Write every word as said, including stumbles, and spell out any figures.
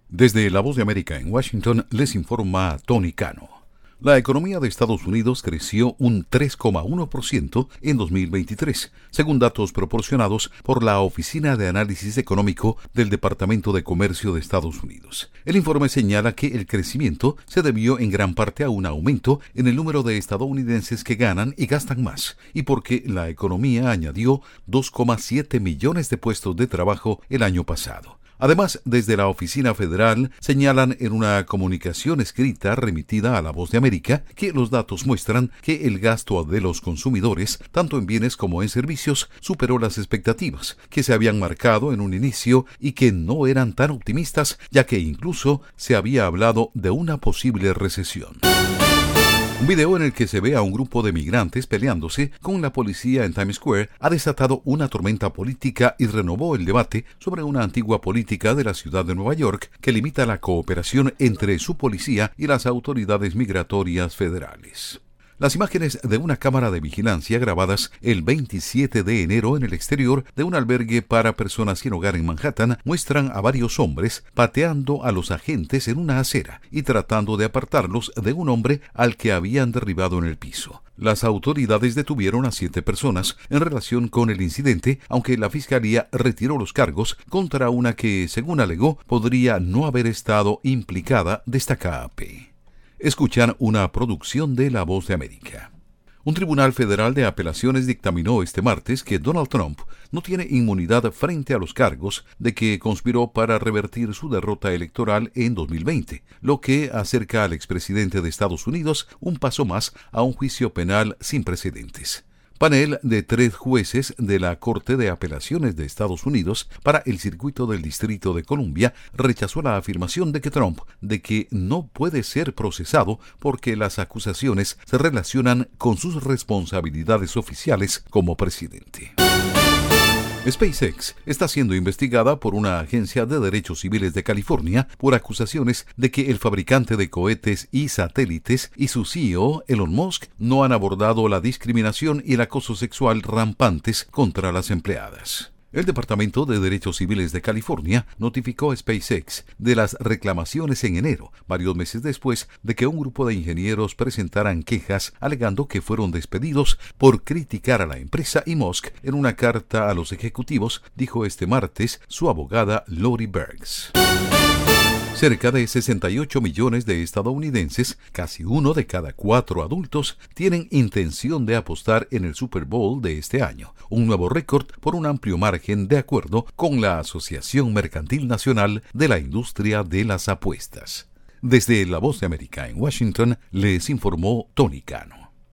Desde La Voz de América en Washington les informa Tony Cano. La economía de Estados Unidos creció un tres coma uno por ciento en dos mil veintitrés, según datos proporcionados por la Oficina de Análisis Económico del Departamento de Comercio de Estados Unidos. El informe señala que el crecimiento se debió en gran parte a un aumento en el número de estadounidenses que ganan y gastan más, y porque la economía añadió dos coma siete millones de puestos de trabajo el año pasado. Además, desde la Oficina Federal señalan en una comunicación escrita remitida a La Voz de América que los datos muestran que el gasto de los consumidores, tanto en bienes como en servicios, superó las expectativas que se habían marcado en un inicio y que no eran tan optimistas, ya que incluso se había hablado de una posible recesión. Un video en el que se ve a un grupo de migrantes peleándose con la policía en Times Square ha desatado una tormenta política y renovó el debate sobre una antigua política de la ciudad de Nueva York que limita la cooperación entre su policía y las autoridades migratorias federales. Las imágenes de una cámara de vigilancia grabadas el veintisiete de enero en el exterior de un albergue para personas sin hogar en Manhattan muestran a varios hombres pateando a los agentes en una acera y tratando de apartarlos de un hombre al que habían derribado en el piso. Las autoridades detuvieron a siete personas en relación con el incidente, aunque la fiscalía retiró los cargos contra una que, según alegó, podría no haber estado implicada, destaca A P. Escuchan una producción de La Voz de América. Un tribunal federal de apelaciones dictaminó este martes que Donald Trump no tiene inmunidad frente a los cargos de que conspiró para revertir su derrota electoral en dos mil veinte, lo que acerca al expresidente de Estados Unidos un paso más a un juicio penal sin precedentes. Panel de tres jueces de la Corte de Apelaciones de Estados Unidos para el Circuito del Distrito de Columbia rechazó la afirmación de que Trump de que no puede ser procesado porque las acusaciones se relacionan con sus responsabilidades oficiales como presidente. SpaceX está siendo investigada por una agencia de derechos civiles de California por acusaciones de que el fabricante de cohetes y satélites y su C E O, Elon Musk, no han abordado la discriminación y el acoso sexual rampantes contra las empleadas. El Departamento de Derechos Civiles de California notificó a SpaceX de las reclamaciones en enero, varios meses después de que un grupo de ingenieros presentaran quejas alegando que fueron despedidos por criticar a la empresa y Musk en una carta a los ejecutivos, dijo este martes su abogada Lori Bergs. Cerca de sesenta y ocho millones de estadounidenses, casi uno de cada cuatro adultos, tienen intención de apostar en el Super Bowl de este año, un nuevo récord por un amplio margen de acuerdo con la Asociación Mercantil Nacional de la Industria de las Apuestas. Desde La Voz de América en Washington, les informó Tony Cano.